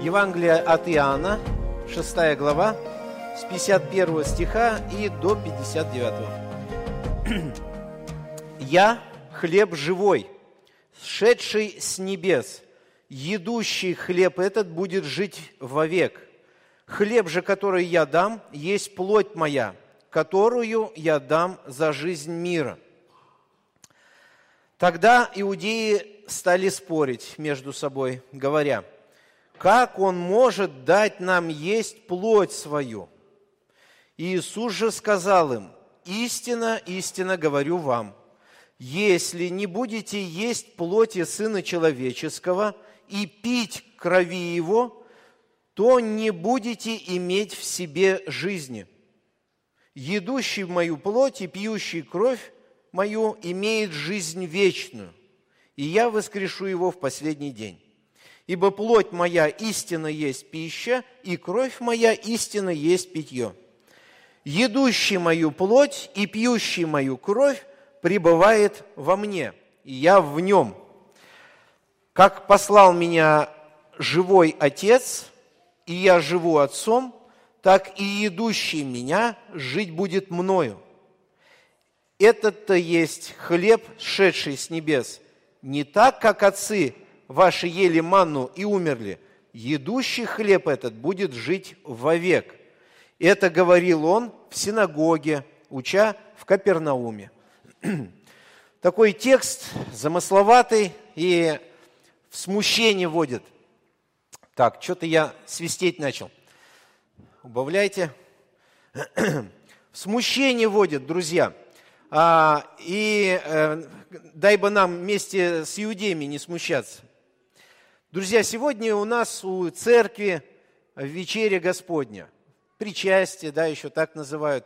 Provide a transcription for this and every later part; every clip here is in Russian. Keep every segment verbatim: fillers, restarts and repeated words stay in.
Евангелие от Иоанна, шестая глава, с пятьдесят первого стиха и до пятьдесят девятого. «Я хлеб живой, сшедший с небес, едущий хлеб этот будет жить вовек. Хлеб же, который я дам, есть плоть моя, которую я дам за жизнь мира». Тогда иудеи стали спорить между собой, говоря: «Как он может дать нам есть плоть свою?» Иисус же сказал им: «Истинно, истинно говорю вам, если не будете есть плоти Сына Человеческого и пить крови Его, то не будете иметь в себе жизни. Едущий мою плоть и пьющий кровь мою имеет жизнь вечную, и я воскрешу его в последний день. Ибо плоть моя истинно есть пища, и кровь моя истинно есть питье. Едущий мою плоть и пьющий мою кровь пребывает во мне, и я в нем. Как послал меня живой Отец, и я живу Отцом, так и едущий меня жить будет мною. Этот-то есть хлеб, сшедший с небес, не так, как отцы ваши ели манну и умерли. Едущий хлеб этот будет жить вовек». Это говорил он в синагоге, уча в Капернауме. Такой текст замысловатый и в смущение вводит. Так, что-то я свистеть начал. Убавляйте. В смущение вводит, друзья. А, и э, дай бы нам вместе с иудеями не смущаться. Друзья, сегодня у нас у церкви вечеря Господня, причастие, да, еще так называют.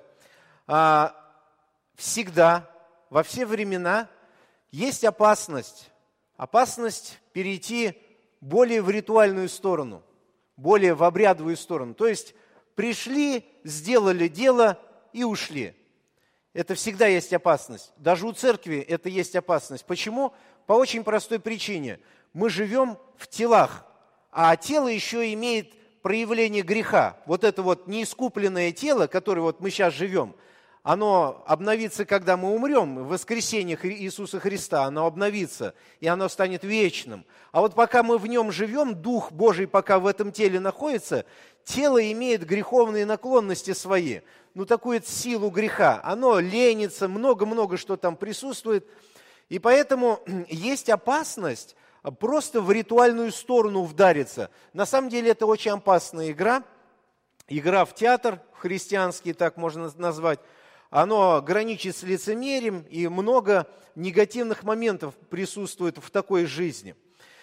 А, всегда, во все времена есть опасность, опасность перейти более в ритуальную сторону, более в обрядовую сторону. То есть пришли, сделали дело и ушли. Это всегда есть опасность. Даже у церкви это есть опасность. Почему? По очень простой причине. Мы живем в телах, а тело еще имеет проявление греха. Вот это вот неискупленное тело, которое вот мы сейчас живем, оно обновится, когда мы умрем, в воскресенье Иисуса Христа оно обновится, и оно станет вечным. А вот пока мы в нем живем, Дух Божий пока в этом теле находится, тело имеет греховные наклонности свои, ну такую силу греха. Оно ленится, много-много что там присутствует, и поэтому есть опасность просто в ритуальную сторону вдариться. На самом деле это очень опасная игра, игра в театр, христианский так можно назвать. Оно граничит с лицемерием, и много негативных моментов присутствует в такой жизни.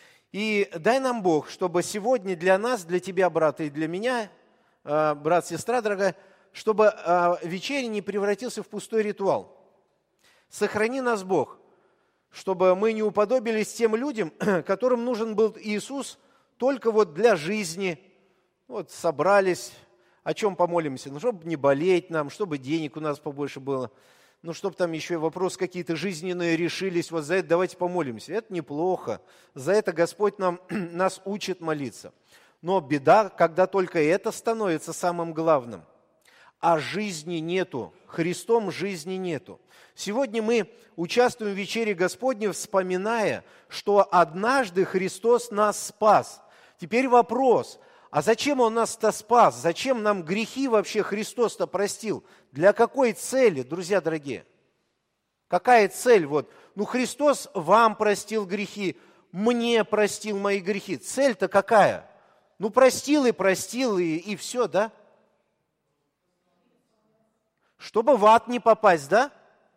И дай нам Бог, чтобы сегодня для нас, для тебя, брат, и для меня, брат, сестра дорогая, чтобы вечеря не превратился в пустой ритуал. Сохрани нас, Бог, чтобы мы не уподобились тем людям, которым нужен был Иисус только вот для жизни. Вот собрались, о чем помолимся? Ну, чтобы не болеть нам, чтобы денег у нас побольше было. Ну, чтобы там еще вопросы какие-то жизненные решились. Вот за это давайте помолимся. Это неплохо. За это Господь нам, нас учит молиться. Но беда, когда только это становится самым главным. А жизни нету. Христом жизни нету. Сегодня мы участвуем в вечере Господней, вспоминая, что однажды Христос нас спас. Теперь вопрос, а зачем Он нас-то спас? Зачем нам грехи вообще Христос-то простил? Для какой цели, друзья дорогие? Какая цель? Вот, ну Христос вам простил грехи, мне простил мои грехи. Цель-то какая? Ну простил и простил, и, и все, да? Чтобы в ад не попасть, да?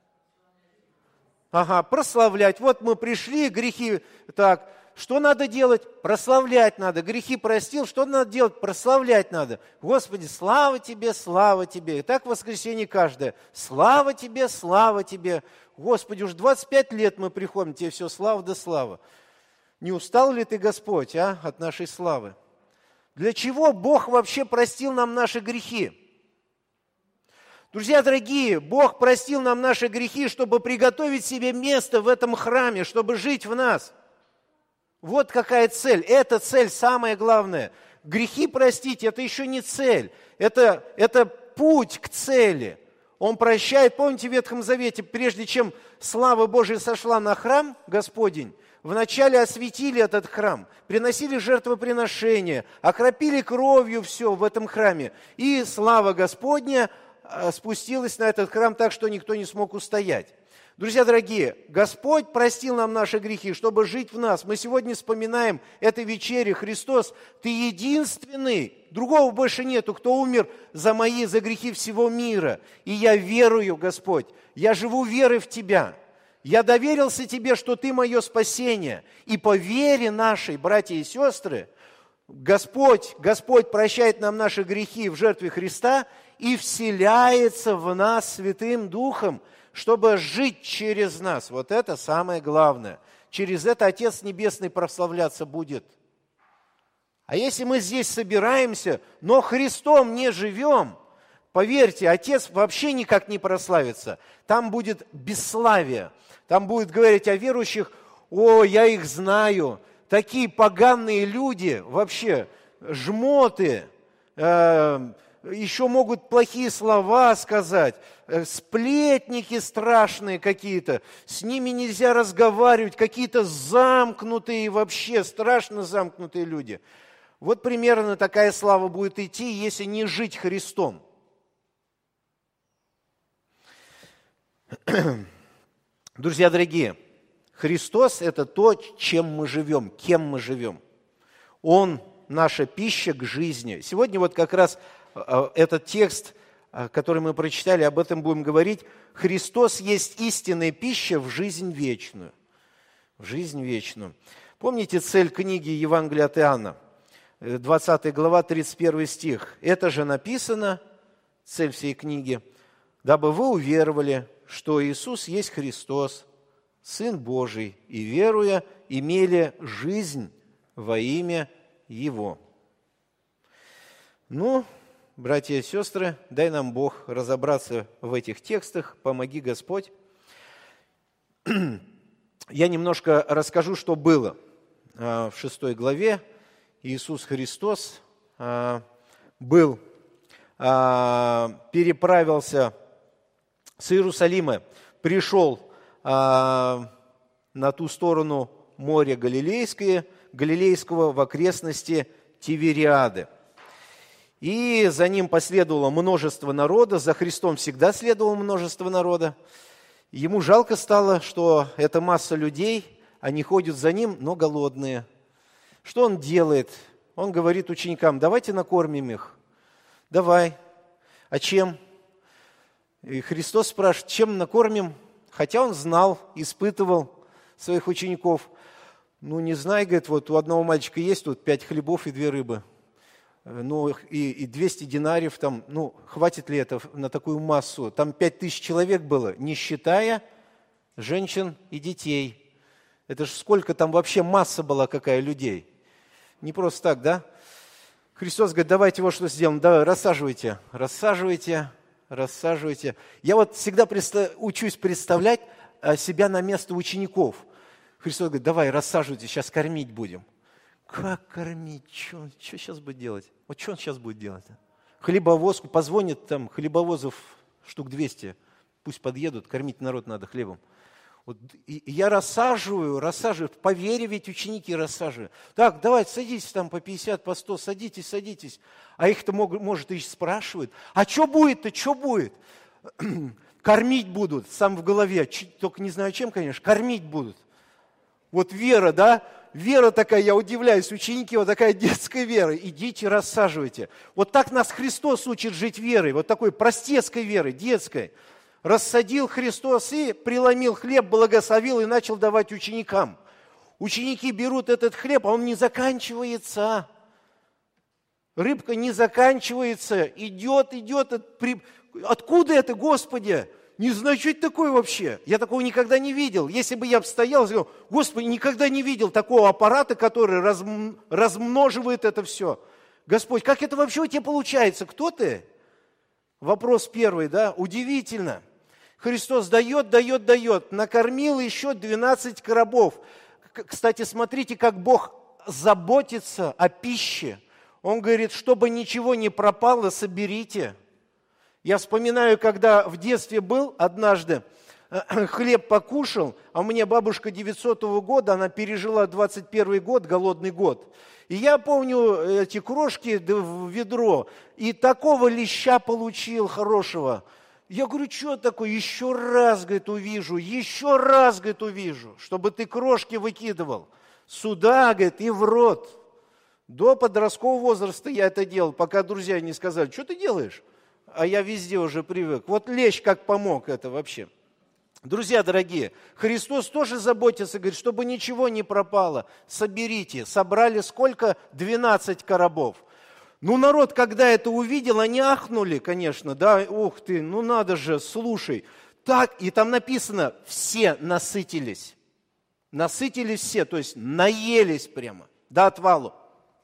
Ага, прославлять. Вот мы пришли, грехи, так, что надо делать? Прославлять надо. Грехи простил, что надо делать? Прославлять надо. Господи, слава Тебе, слава Тебе. И так в воскресенье каждое. Слава Тебе, слава Тебе. Господи, уж двадцать пять лет мы приходим, Тебе все слава да слава. Не устал ли Ты, Господь, а, от нашей славы? Для чего Бог вообще простил нам наши грехи? Друзья дорогие, Бог простил нам наши грехи, чтобы приготовить себе место в этом храме, чтобы жить в нас. Вот какая цель. Эта цель самая главная. Грехи простить – это еще не цель, это, это путь к цели. Он прощает, помните, в Ветхом Завете, прежде чем слава Божия сошла на храм Господень, вначале осветили этот храм, приносили жертвоприношения, окропили кровью все в этом храме. И слава Господня спустилась на этот храм так, что никто не смог устоять. Друзья дорогие, Господь простил нам наши грехи, чтобы жить в нас. Мы сегодня вспоминаем этой вечере. Христос, Ты единственный, другого больше нету, кто умер за мои, за грехи всего мира. И я верую, Господь, я живу верой в Тебя. Я доверился Тебе, что Ты мое спасение. И по вере нашей, братья и сестры, Господь, Господь прощает нам наши грехи в жертве Христа и вселяется в нас Святым Духом, чтобы жить через нас. Вот это самое главное. Через это Отец Небесный прославляться будет. А если мы здесь собираемся, но Христом не живем, поверьте, Отец вообще никак не прославится. Там будет бесславие. Там будет говорить о верующих: о, я их знаю. Такие поганые люди, вообще жмоты, э, еще могут плохие слова сказать, сплетники страшные какие-то, с ними нельзя разговаривать, какие-то замкнутые вообще, страшно замкнутые люди. Вот примерно такая слава будет идти, если не жить Христом. Друзья дорогие, Христос – это то, чем мы живем, кем мы живем. Он – наша пища к жизни. Сегодня вот как раз этот текст, который мы прочитали, об этом будем говорить. Христос есть истинная пища в жизнь вечную. В жизнь вечную. Помните цель книги Евангелия от Иоанна? двадцатая глава, тридцать первый стих. Это же написано, цель всей книги, дабы вы уверовали, что Иисус есть Христос, Сын Божий, и, веруя, имели жизнь во имя Его. Ну, братья и сестры, дай нам Бог разобраться в этих текстах, помоги Господь. Я немножко расскажу, что было в шестой главе. Иисус Христос был, переправился с Иерусалима, пришел на ту сторону моря Галилейское, Галилейского в окрестности Тивериады. И за ним последовало множество народа, за Христом всегда следовало множество народа. Ему жалко стало, что эта масса людей, они ходят за ним, но голодные. Что он делает? Он говорит ученикам: давайте накормим их. Давай. А чем? И Христос спрашивает: чем накормим? Хотя он знал, испытывал своих учеников. Ну, не знаю, говорит, вот у одного мальчика есть тут пять хлебов и две рыбы. Ну, и, и двести динариев там, ну, хватит ли это на такую массу? Там пять тысяч человек было, не считая женщин и детей. Это же сколько там вообще масса была какая людей. Не просто так, да? Христос говорит: давайте вот что сделаем, давай, рассаживайте, рассаживайте, рассаживайте. Я вот всегда представ... учусь представлять себя на место учеников. Христос говорит: давай, рассаживайте, сейчас кормить будем. Как кормить? Что, что сейчас будет делать? Вот что он сейчас будет делать? Хлебовозку, позвонит там, хлебовозов штук двести, пусть подъедут, кормить народ надо хлебом. Вот, и я рассаживаю, рассаживаю, по вере ведь ученики рассаживают. Так, давайте, садитесь там по пятьдесят, по сто, садитесь, садитесь. А их-то, может, и спрашивают: а что будет-то, что будет? Кормить будут, сам в голове, только не знаю чем, конечно, кормить будут. Вот вера, да? Вера такая, я удивляюсь, ученики, вот такая детская вера. Идите, рассаживайте. Вот так нас Христос учит жить верой, вот такой простецкой верой, детской. Рассадил Христос и преломил хлеб, благословил и начал давать ученикам. Ученики берут этот хлеб, а он не заканчивается. Рыбка не заканчивается, идет, идет. Откуда это, Господи? Не знаю, что это такое вообще. Я такого никогда не видел. Если бы я стоял и сказал: Господи, никогда не видел такого аппарата, который разм... размноживает это все. Господь, как это вообще у тебя получается? Кто ты? Вопрос первый, да? Удивительно. Христос дает, дает, дает. Накормил еще двенадцать коробов. Кстати, смотрите, как Бог заботится о пище. Он говорит, чтобы ничего не пропало, соберите. Я вспоминаю, когда в детстве был однажды, хлеб покушал, а у меня бабушка девятисотого года, она пережила двадцать первый год, голодный год. И я помню эти крошки в ведро, и такого леща получил хорошего. Я говорю, что такое? Еще раз, говорит, увижу, еще раз, говорит, увижу, чтобы ты крошки выкидывал. Сюда, говорит, и в рот. До подросткового возраста я это делал, пока друзья не сказали, что ты делаешь? А я везде уже привык. Вот лещ как помог это вообще. Друзья дорогие, Христос тоже заботится, говорит, чтобы ничего не пропало. Соберите. Собрали сколько? двенадцать коробов. Ну, народ, когда это увидел, они ахнули, конечно, да, ух ты, ну надо же, слушай. Так, и там написано, все насытились. Насытились все, то есть наелись прямо до отвалу.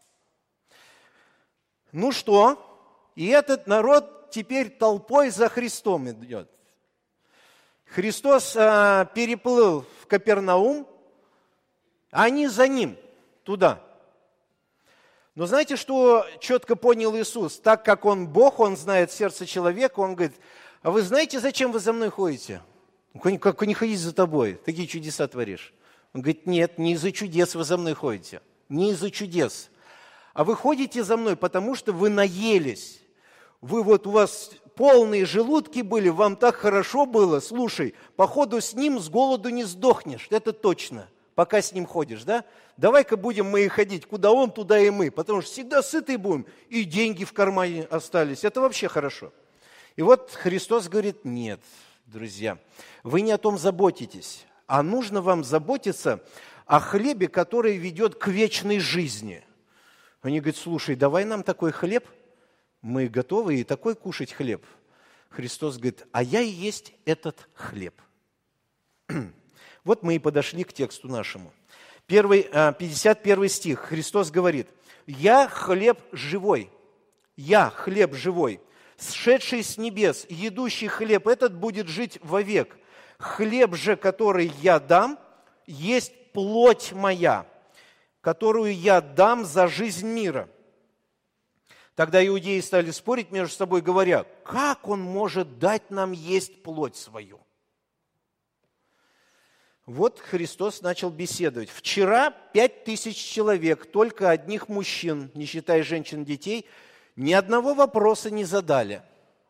Ну что? И этот народ теперь толпой за Христом идет. Христос а, переплыл в Капернаум, а они за ним туда. Но знаете, что четко понял Иисус? Так как Он Бог, Он знает сердце человека, Он говорит, а вы знаете, зачем вы за мной ходите? Как не ходить за тобой, такие чудеса творишь. Он говорит, нет, не из-за чудес вы за мной ходите, не из-за чудес. А вы ходите за мной, потому что вы наелись. Вы вот, у вас полные желудки были, вам так хорошо было. Слушай, походу с ним с голоду не сдохнешь, это точно, пока с ним ходишь, да? Давай-ка будем мы и ходить, куда он, туда и мы, потому что всегда сытые будем, и деньги в кармане остались, это вообще хорошо. И вот Христос говорит, нет, друзья, вы не о том заботитесь, а нужно вам заботиться о хлебе, который ведет к вечной жизни. Они говорят, слушай, давай нам такой хлеб, мы готовы и такой кушать хлеб. Христос говорит, а я и есть этот хлеб. Вот мы и подошли к тексту нашему. Первый, пятьдесят первый стих. Христос говорит, я хлеб живой, я хлеб живой, сшедший с небес, едущий хлеб этот будет жить вовек. Хлеб же, который я дам, есть плоть моя, которую я дам за жизнь мира. Тогда иудеи стали спорить между собой, говоря, как он может дать нам есть плоть свою? Вот Христос начал беседовать. Вчера пять тысяч человек, только одних мужчин, не считая женщин и детей, ни одного вопроса не задали.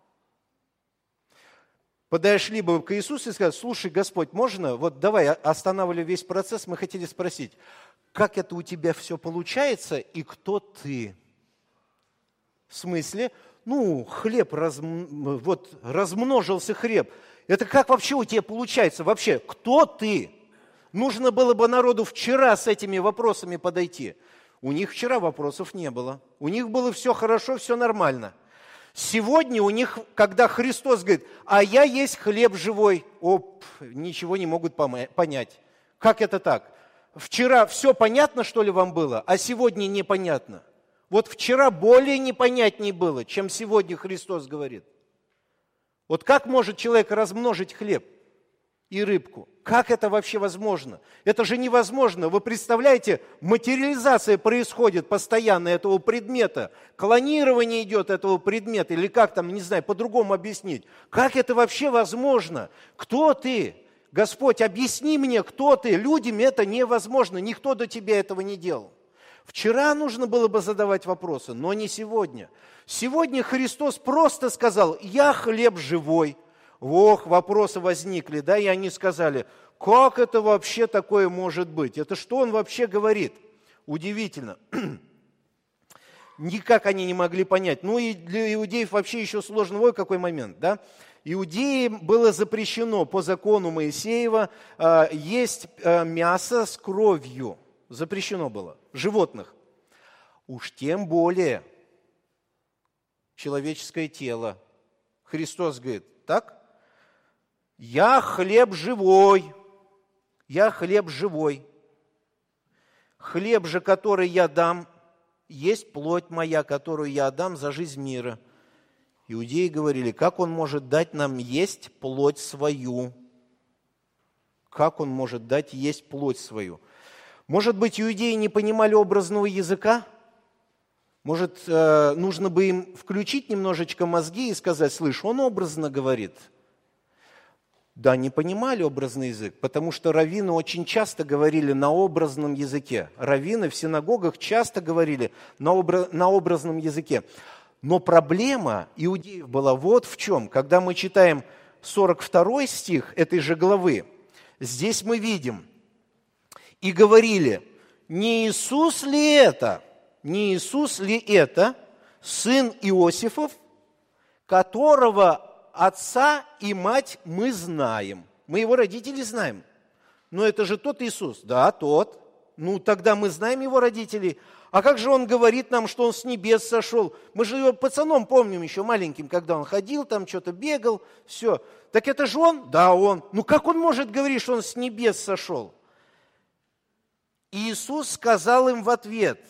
Подошли бы к Иисусу и сказали, слушай, Господь, можно, вот давай останавливая весь процесс, мы хотели спросить, как это у тебя все получается и кто ты? В смысле, ну, хлеб, разм... вот размножился хлеб. Это как вообще у тебя получается? Вообще, кто ты? Нужно было бы народу вчера с этими вопросами подойти. У них вчера вопросов не было. У них было все хорошо, все нормально. Сегодня у них, когда Христос говорит, а я есть хлеб живой, оп, ничего не могут понять. Как это так? Вчера все понятно, что ли, вам было, а сегодня непонятно. Вот вчера более непонятнее было, чем сегодня Христос говорит. Вот как может человек размножить хлеб и рыбку? Как это вообще возможно? Это же невозможно. Вы представляете, материализация происходит постоянно этого предмета, клонирование идет этого предмета, или как там, не знаю, по-другому объяснить. Как это вообще возможно? Кто ты? Господь, объясни мне, кто ты. Людям это невозможно, никто до тебя этого не делал. Вчера нужно было бы задавать вопросы, но не сегодня. Сегодня Христос просто сказал, я хлеб живой. Ох, вопросы возникли, да, и они сказали, как это вообще такое может быть? Это что он вообще говорит? Удивительно. Никак они не могли понять. Ну и для иудеев вообще еще сложный, ой, какой момент, да? Иудеям было запрещено по закону Моисеева есть мясо с кровью. Запрещено было. Животных. Уж тем более человеческое тело. Христос говорит, так? Я хлеб живой. Я хлеб живой. Хлеб же, который я дам, есть плоть моя, которую я отдам за жизнь мира. Иудеи говорили, как он может дать нам есть плоть свою? Как он может дать есть плоть свою? Может быть, иудеи не понимали образного языка? Может, э, нужно бы им включить немножечко мозги и сказать: слышь, он образно говорит. Да, не понимали образный язык, потому что раввины очень часто говорили на образном языке. Раввины в синагогах часто говорили на, обра- на образном языке. Но проблема иудеев была вот в чем. Когда мы читаем сорок второй стих этой же главы, здесь мы видим: «И говорили, не Иисус ли это, не Иисус ли это, сын Иосифов, которого отца и мать мы знаем». Мы его родителей знаем. Но это же тот Иисус. Да, тот. Ну, тогда мы знаем его родителей. А как же он говорит нам, что он с небес сошел? Мы же его пацаном помним еще маленьким, когда он ходил, там что-то бегал, все. Так это же он? Да, он. Ну, как он может говорить, что он с небес сошел? Иисус сказал им в ответ: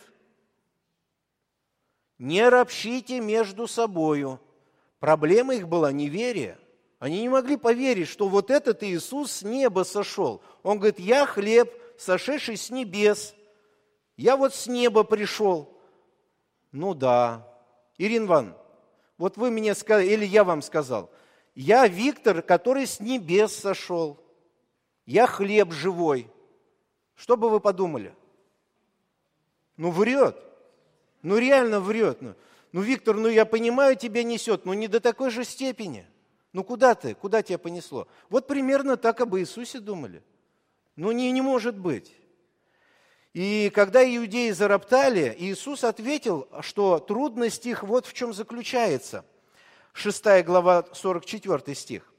не ропщите между собою. Проблема их была неверие. Они не могли поверить, что вот этот Иисус с неба сошел. Он говорит: я хлеб, сошедший с небес. Я вот с неба пришел. Ну да. Ирина Ивановна, вот вы мне сказали, или я вам сказал: я Виктор, который с небес сошел. Я хлеб живой. Что бы вы подумали? Ну врет. Ну реально врет. Ну, ну Виктор, ну я понимаю, тебя несет, но не до такой же степени. Ну куда ты? Куда тебя понесло? Вот примерно так об Иисусе думали. Ну не, не может быть. И когда иудеи зароптали, Иисус ответил, что трудность их вот в чем заключается. шестая глава, сорок четвёртый стих.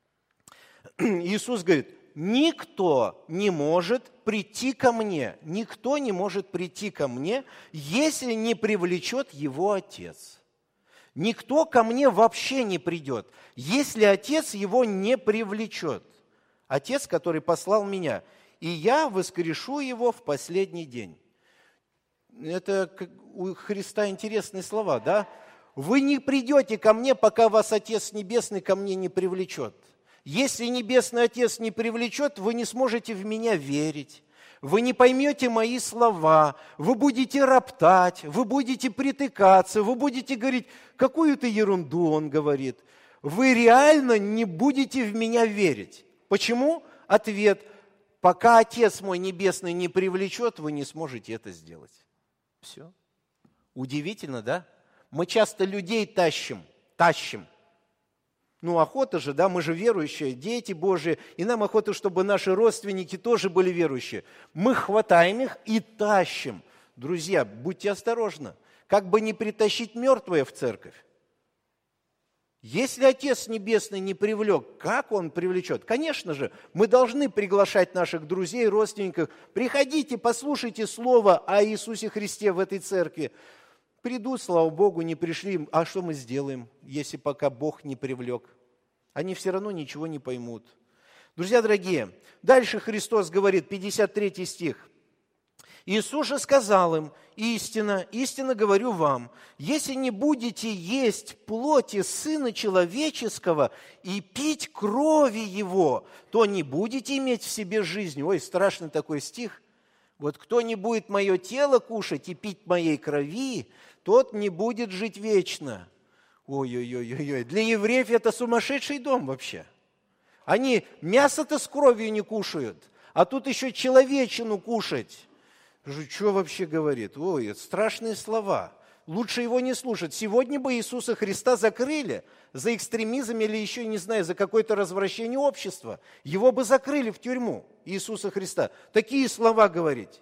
Иисус говорит: никто не может прийти ко мне, никто не может прийти ко мне, если не привлечет его Отец. Никто ко мне вообще не придет, если Отец его не привлечет. Отец, который послал меня, и я воскрешу его в последний день. Это у Христа интересные слова, да? Вы не придете ко мне, пока вас Отец Небесный ко мне не привлечет. Если Небесный Отец не привлечет, вы не сможете в меня верить. Вы не поймете мои слова, вы будете роптать, вы будете притыкаться, вы будете говорить: какую-то ерунду он говорит. Вы реально не будете в меня верить. Почему? Ответ: пока Отец мой Небесный не привлечет, вы не сможете это сделать. Все. Удивительно, да? Мы часто людей тащим, тащим. Ну, охота же, да, мы же верующие, дети Божии, и нам охота, чтобы наши родственники тоже были верующие. Мы хватаем их и тащим. Друзья, будьте осторожны, как бы не притащить мертвое в церковь. Если Отец Небесный не привлек, как Он привлечет? Конечно же, мы должны приглашать наших друзей, родственников. Приходите, послушайте Слово о Иисусе Христе в этой церкви. Придут, слава Богу, не пришли. А что мы сделаем, если пока Бог не привлек? Они все равно ничего не поймут. Друзья дорогие, дальше Христос говорит, пятьдесят третий стих. Иисус же сказал им: истинно, истинно говорю вам, если не будете есть плоти Сына Человеческого и пить крови Его, то не будете иметь в себе жизнь. Ой, страшный такой стих. Вот кто не будет мое тело кушать и пить моей крови, тот не будет жить вечно. Ой-ой-ой-ой, для евреев это сумасшедший дом вообще. Они мясо-то с кровью не кушают, а тут еще человечину кушать. Что вообще говорит? Ой, это страшные слова. Лучше его не слушать. Сегодня бы Иисуса Христа закрыли за экстремизм или еще, не знаю, за какое-то развращение общества. Его бы закрыли в тюрьму, Иисуса Христа. Такие слова говорить.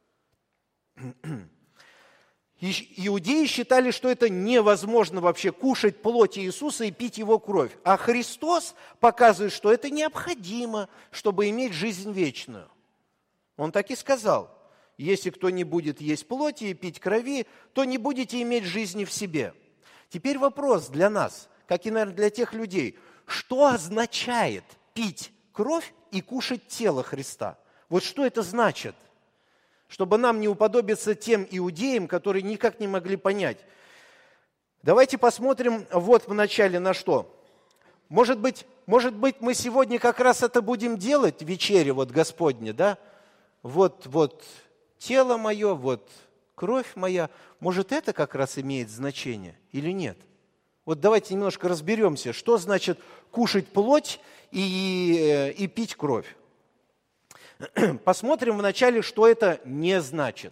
Иудеи считали, что это невозможно вообще кушать плоть Иисуса и пить Его кровь. А Христос показывает, что это необходимо, чтобы иметь жизнь вечную. Он так и сказал. Если кто не будет есть плоти и пить крови, то не будете иметь жизни в себе. Теперь вопрос для нас, как и, наверное, для тех людей. Что означает пить кровь и кушать тело Христа? Вот что это значит? Чтобы нам не уподобиться тем иудеям, которые никак не могли понять. Давайте посмотрим вот вначале на что. Может быть, может быть, мы сегодня как раз это будем делать, вечере вот Господне, да? Вот, вот тело мое, вот кровь моя. Может, это как раз имеет значение или нет? Вот давайте немножко разберемся, что значит кушать плоть и, и пить кровь. Посмотрим вначале, что это не значит.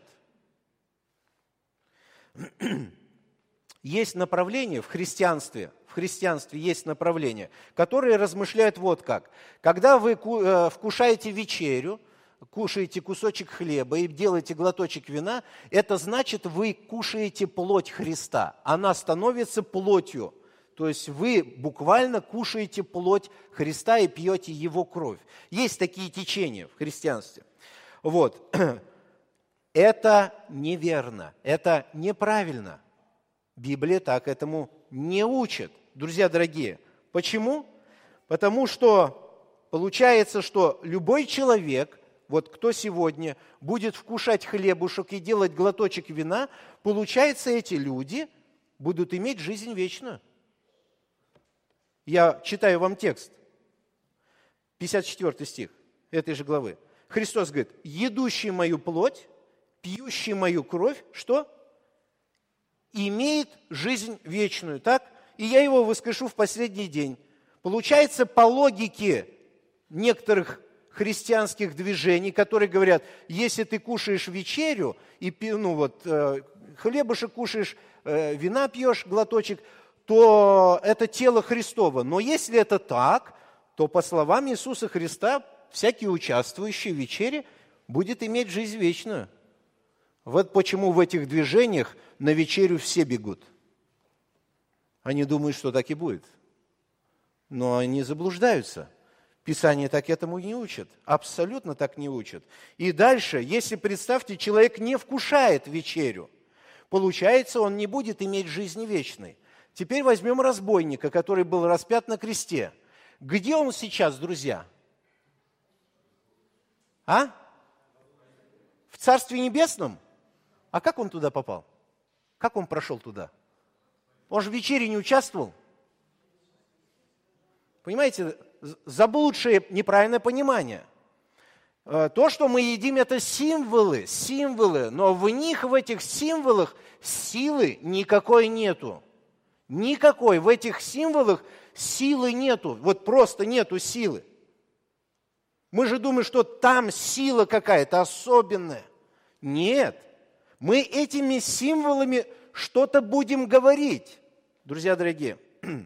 Есть направление в христианстве, в христианстве есть направление, которые размышляют вот как. Когда вы вкушаете вечерю, кушаете кусочек хлеба и делаете глоточек вина, это значит, вы кушаете плоть Христа. Она становится плотью. То есть вы буквально кушаете плоть Христа и пьете Его кровь. Есть такие течения в христианстве. Вот. Это неверно, это неправильно. Библия так этому не учит. Друзья дорогие, почему? Потому что получается, что любой человек, вот кто сегодня будет вкушать хлебушек и делать глоточек вина, получается, эти люди будут иметь жизнь вечную. Я читаю вам текст, пятьдесят четвёртый стих этой же главы. Христос говорит: «Едущий мою плоть, пьющий мою кровь», что? «Имеет жизнь вечную». Так? И я его воскрешу в последний день. Получается, по логике некоторых христианских движений, которые говорят, если ты кушаешь вечерю, и ну вот, хлебушек кушаешь, вина пьешь, глоточек, то это тело Христово. Но если это так, то, по словам Иисуса Христа, всякий участвующий в вечере будет иметь жизнь вечную. Вот почему в этих движениях на вечерю все бегут. Они думают, что так и будет. Но они заблуждаются. Писание так этому не учит. Абсолютно так не учит. И дальше, если, представьте, человек не вкушает вечерю, получается, он не будет иметь жизни вечной. Теперь возьмем разбойника, который был распят на кресте. Где он сейчас, друзья? А? В Царстве Небесном? А как он туда попал? Как он прошел туда? Он же в вечере не участвовал. Понимаете, заблудшее неправильное понимание. То, что мы едим, это символы, символы, но в них, в этих символах силы никакой нету. Никакой. В этих символах силы нету. Вот просто нету силы. Мы же думаем, что там сила какая-то особенная. Нет. Мы этими символами что-то будем говорить. Друзья дорогие,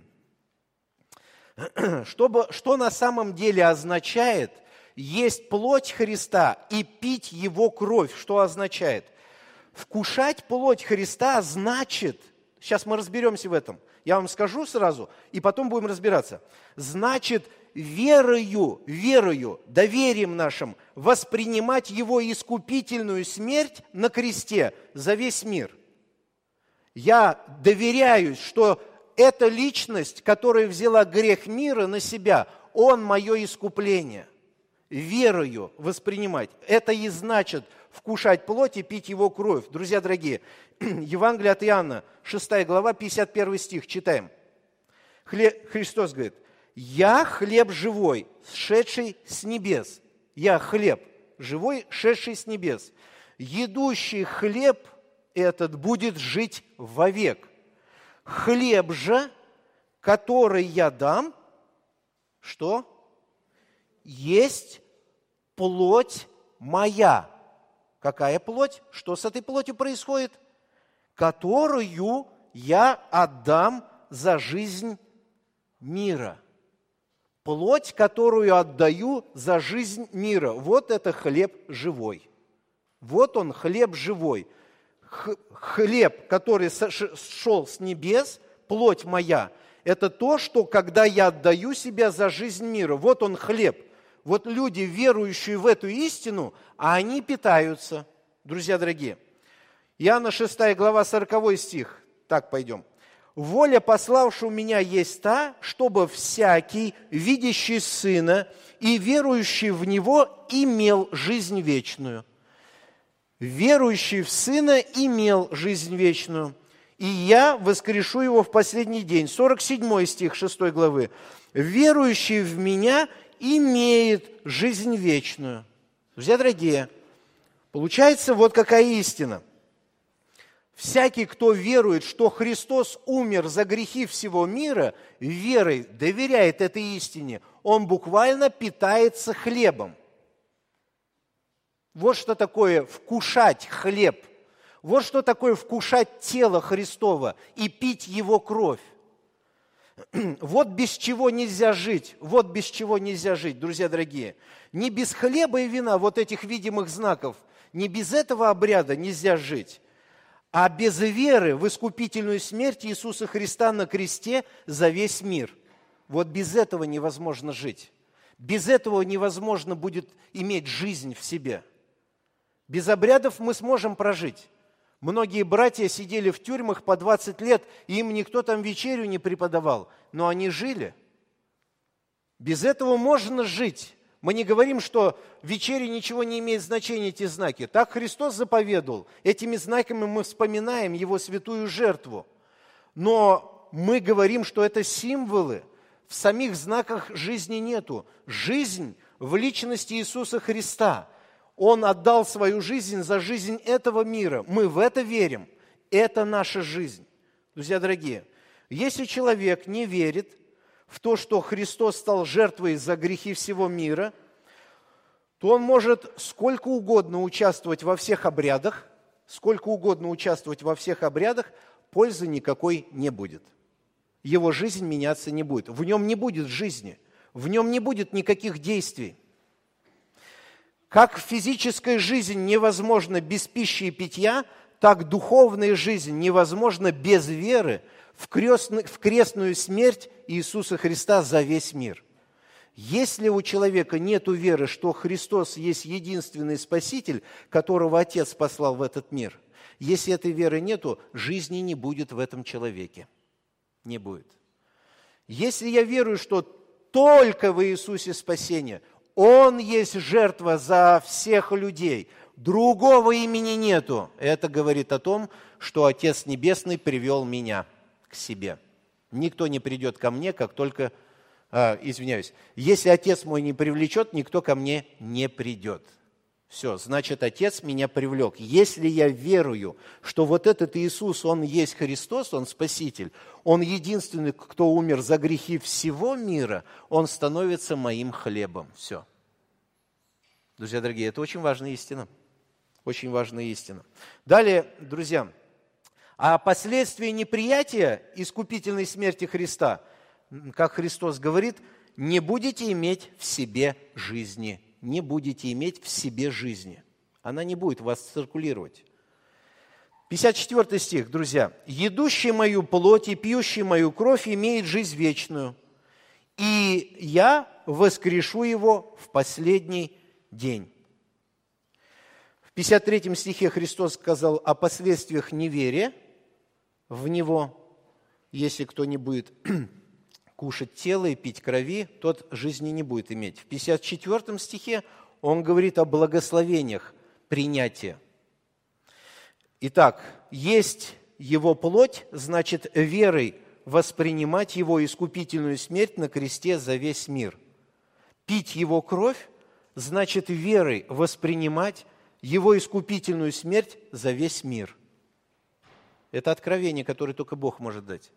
чтобы, что на самом деле означает есть плоть Христа и пить Его кровь? Что означает? Вкушать плоть Христа значит, сейчас мы разберемся в этом, я вам скажу сразу, и потом будем разбираться, значит верою, верою, доверием нашим воспринимать Его искупительную смерть на кресте за весь мир. Я доверяюсь, что эта личность, которая взяла грех мира на себя, Он мое искупление. Верою воспринимать. Это и значит вкушать плоть и пить Его кровь. Друзья дорогие, Евангелие от Иоанна, шестая глава, пятьдесят первый стих, читаем. Христос говорит: «Я хлеб живой, сшедший с небес». Я хлеб живой, шедший с небес. Едущий хлеб этот будет жить вовек. Хлеб же, который я дам, что? Есть плоть моя. Какая плоть? Что с этой плотью происходит? Которую я отдам за жизнь мира. Плоть, которую отдаю за жизнь мира. Вот это хлеб живой. Вот он, хлеб живой. Хлеб, который сошел с небес, плоть моя, это то, что когда я отдаю себя за жизнь мира. Вот он хлеб. Вот люди, верующие в эту истину, а они питаются. Друзья дорогие, Иоанна шестая глава, сороковой стих. Так, пойдем. «Воля пославшего меня есть та, чтобы всякий, видящий Сына и верующий в Него, имел жизнь вечную». Верующий в Сына имел жизнь вечную, и я воскрешу его в последний день. сорок седьмой стих шестой главы. Верующий в Меня имеет жизнь вечную. Друзья дорогие, получается вот какая истина. Всякий, кто верует, что Христос умер за грехи всего мира, верой доверяет этой истине, он буквально питается хлебом. Вот что такое вкушать хлеб. Вот что такое вкушать тело Христова и пить Его кровь. Вот без чего нельзя жить, вот без чего нельзя жить, друзья дорогие. Не без хлеба и вина, вот этих видимых знаков, не без этого обряда нельзя жить, а без веры в искупительную смерть Иисуса Христа на кресте за весь мир. Вот без этого невозможно жить. Без этого невозможно будет иметь жизнь в себе. Без обрядов мы сможем прожить. Многие братья сидели в тюрьмах по двадцать лет, и им никто там вечерю не преподавал, но они жили. Без этого можно жить. Мы не говорим, что в вечере ничего не имеет значения эти знаки. Так Христос заповедовал. Этими знаками мы вспоминаем Его святую жертву. Но мы говорим, что это символы. В самих знаках жизни нету. Жизнь в личности Иисуса Христа. Он отдал свою жизнь за жизнь этого мира. Мы в это верим. Это наша жизнь. Друзья дорогие, если человек не верит в то, что Христос стал жертвой за грехи всего мира, то он может сколько угодно участвовать во всех обрядах, сколько угодно участвовать во всех обрядах, пользы никакой не будет. Его жизнь меняться не будет. В нем не будет жизни. В нем не будет никаких действий. Как физическая жизнь невозможна без пищи и питья, так духовная жизнь невозможна без веры в крестную смерть Иисуса Христа за весь мир. Если у человека нет веры, что Христос есть единственный Спаситель, которого Отец послал в этот мир, если этой веры нету, жизни не будет в этом человеке. Не будет. Если я верую, что только в Иисусе спасение, Он есть жертва за всех людей, другого имени нету, это говорит о том, что Отец Небесный привел меня к себе. Никто не придет ко мне, как только, а, извиняюсь, если Отец мой не привлечет, никто ко мне не придет. Все, значит, Отец меня привлек. Если я верую, что вот этот Иисус, Он есть Христос, Он Спаситель, Он единственный, кто умер за грехи всего мира, Он становится моим хлебом. Все. Друзья дорогие, это очень важная истина. Очень важная истина. Далее, друзья, а последствия неприятия искупительной смерти Христа, как Христос говорит, не будете иметь в себе жизни. Не будете иметь в себе жизни. Она не будет в вас циркулировать. пятьдесят четвёртый стих, друзья. «Едущий мою плоть и пьющий мою кровь имеет жизнь вечную, и я воскрешу его в последний день». В пятьдесят третьем стихе Христос сказал о последствиях неверия в Него. Если кто не будет кушать тело и пить крови, тот жизни не будет иметь. В пятьдесят четвёртом стихе Он говорит о благословениях принятия. Итак, есть Его плоть, значит, верой воспринимать Его искупительную смерть на кресте за весь мир. Пить Его кровь, значит, верой воспринимать Его искупительную смерть за весь мир. Это откровение, которое только Бог может дать.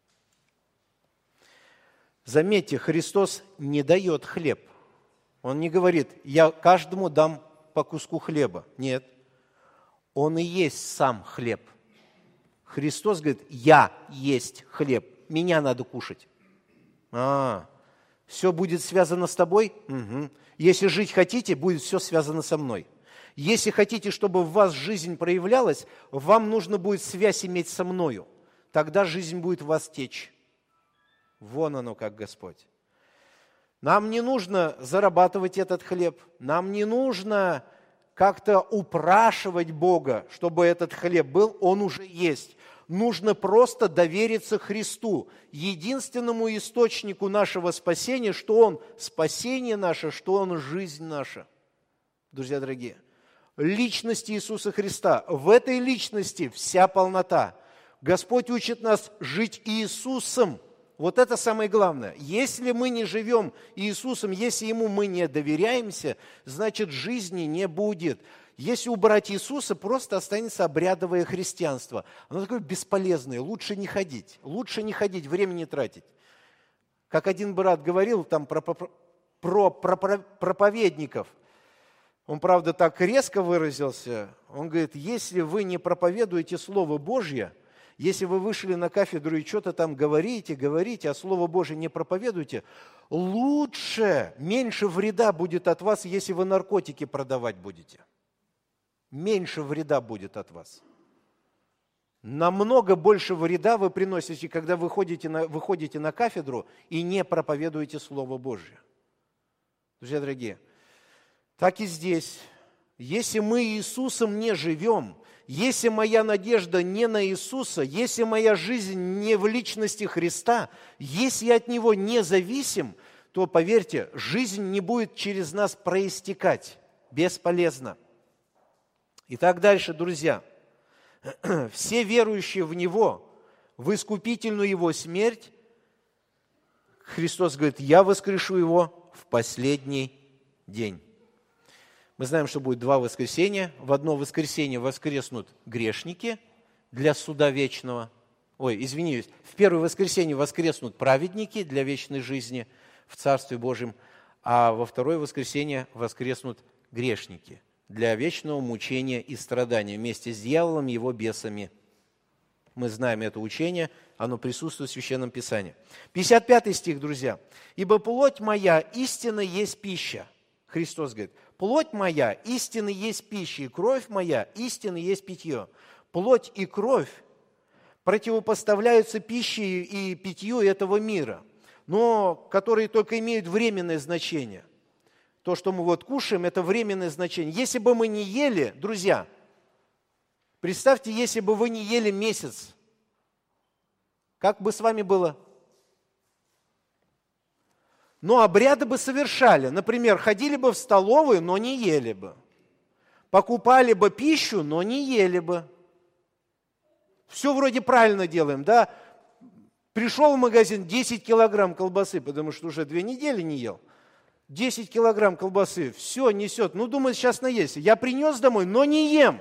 Заметьте, Христос не дает хлеб. Он не говорит, я каждому дам по куску хлеба. Нет. Он и есть сам хлеб. Христос говорит, я есть хлеб. Меня надо кушать. А, все будет связано с тобой? Угу. Если жить хотите, будет все связано со мной. Если хотите, чтобы в вас жизнь проявлялась, вам нужно будет связь иметь со мною. Тогда жизнь будет в вас течь. Вон оно как, Господь. Нам не нужно зарабатывать этот хлеб. Нам не нужно как-то упрашивать Бога, чтобы этот хлеб был. Он уже есть. Нужно просто довериться Христу, единственному источнику нашего спасения, что Он спасение наше, что Он жизнь наша. Друзья дорогие, личность Иисуса Христа. В этой личности вся полнота. Господь учит нас жить Иисусом. Вот это самое главное. Если мы не живем Иисусом, если Ему мы не доверяемся, значит, жизни не будет. Если убрать Иисуса, просто останется обрядовое христианство. Оно такое бесполезное, лучше не ходить, лучше не ходить, время не тратить. Как один брат говорил там про, про, про, про проповедников, он, правда, так резко выразился, он говорит, если вы не проповедуете Слово Божье, если вы вышли на кафедру и что-то там говорите, говорите, а Слово Божье не проповедуете, лучше, меньше вреда будет от вас, если вы наркотики продавать будете. Меньше вреда будет от вас. Намного больше вреда вы приносите, когда вы ходите на, выходите на кафедру и не проповедуете Слово Божье. Друзья дорогие, так и здесь. Если мы Иисусом не живем, если моя надежда не на Иисуса, если моя жизнь не в личности Христа, если я от Него не зависим, то, поверьте, жизнь не будет через нас проистекать. Бесполезно. Итак, дальше, друзья. Все верующие в Него, в искупительную Его смерть, Христос говорит, я воскрешу Его в последний день. Мы знаем, что будет два воскресения. В одно воскресенье воскреснут грешники для суда вечного. Ой, извиняюсь. В первое воскресенье воскреснут праведники для вечной жизни в Царстве Божьем, а во второе воскресенье воскреснут грешники для вечного мучения и страдания вместе с дьяволом и его бесами. Мы знаем это учение, оно присутствует в Священном Писании. пятьдесят пятый стих, друзья. «Ибо плоть моя истинно есть пища». Христос говорит, плоть моя истинно есть пища, и кровь моя истинно есть питье. Плоть и кровь противопоставляются пище и питью этого мира, но которые только имеют временное значение. То, что мы вот кушаем, это временное значение. Если бы мы не ели, друзья, представьте, если бы вы не ели месяц, как бы с вами было? Но обряды бы совершали. Например, ходили бы в столовую, но не ели бы. Покупали бы пищу, но не ели бы. Все вроде правильно делаем, да? Пришел в магазин, десять килограмм колбасы, потому что уже две недели не ел. десять килограмм колбасы, все несет. Ну, думаю, сейчас наесть. Я принес домой, но не ем.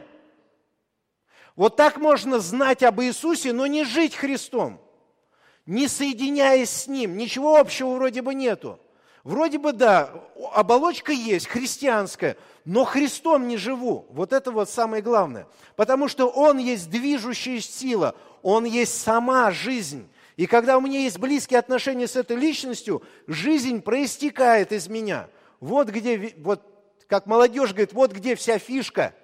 Вот так можно знать об Иисусе, но не жить Христом. Не соединяясь с Ним, ничего общего вроде бы нету. Вроде бы, да, оболочка есть, христианская, но Христом не живу. Вот это вот самое главное. Потому что Он есть движущая сила, Он есть сама жизнь. И когда у меня есть близкие отношения с этой личностью, жизнь проистекает из меня. Вот где, вот как молодежь говорит, вот где вся фишка,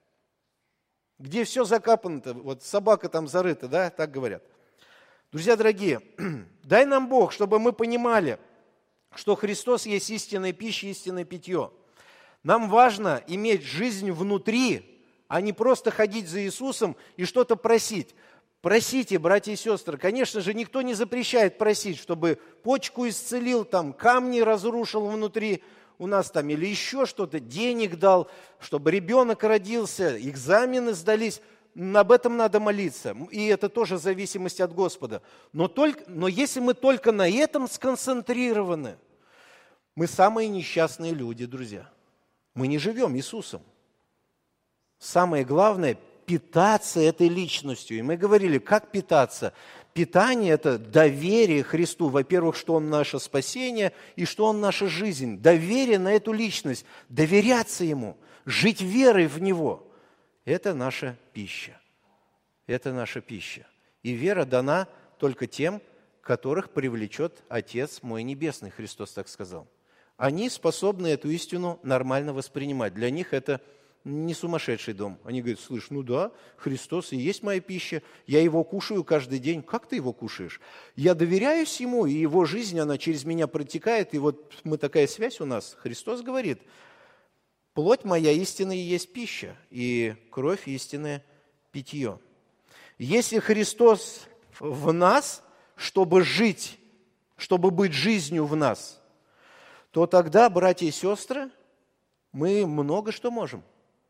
где все закапано-то, вот собака там зарыта, да, так говорят. Друзья дорогие, дай нам Бог, чтобы мы понимали, что Христос есть истинная пища, истинное питье. Нам важно иметь жизнь внутри, а не просто ходить за Иисусом и что-то просить. Просите, братья и сестры, конечно же, никто не запрещает просить, чтобы почку исцелил, там, камни разрушил внутри у нас там, или еще что-то, денег дал, чтобы ребенок родился, экзамены сдались. Об этом надо молиться, и это тоже зависимость от Господа. Но, только, но если мы только на этом сконцентрированы, мы самые несчастные люди, друзья. Мы не живем Иисусом. Самое главное – питаться этой личностью. И мы говорили, как питаться? Питание – это доверие Христу. Во-первых, что Он наше спасение, и что Он наша жизнь. Доверие на эту личность, доверяться Ему, жить верой в Него. Это наша пища. Это наша пища. И вера дана только тем, которых привлечет Отец мой Небесный, Христос так сказал. Они способны эту истину нормально воспринимать. Для них это не сумасшедший дом. Они говорят, слышь, ну да, Христос и есть моя пища, я Его кушаю каждый день. Как ты Его кушаешь? Я доверяюсь Ему, и Его жизнь, она через меня протекает, и вот мы такая связь у нас. Христос говорит, плоть моя истинная есть пища, и кровь истинное питье. Если Христос в нас, чтобы жить, чтобы быть жизнью в нас, то тогда, братья и сестры, мы много что можем.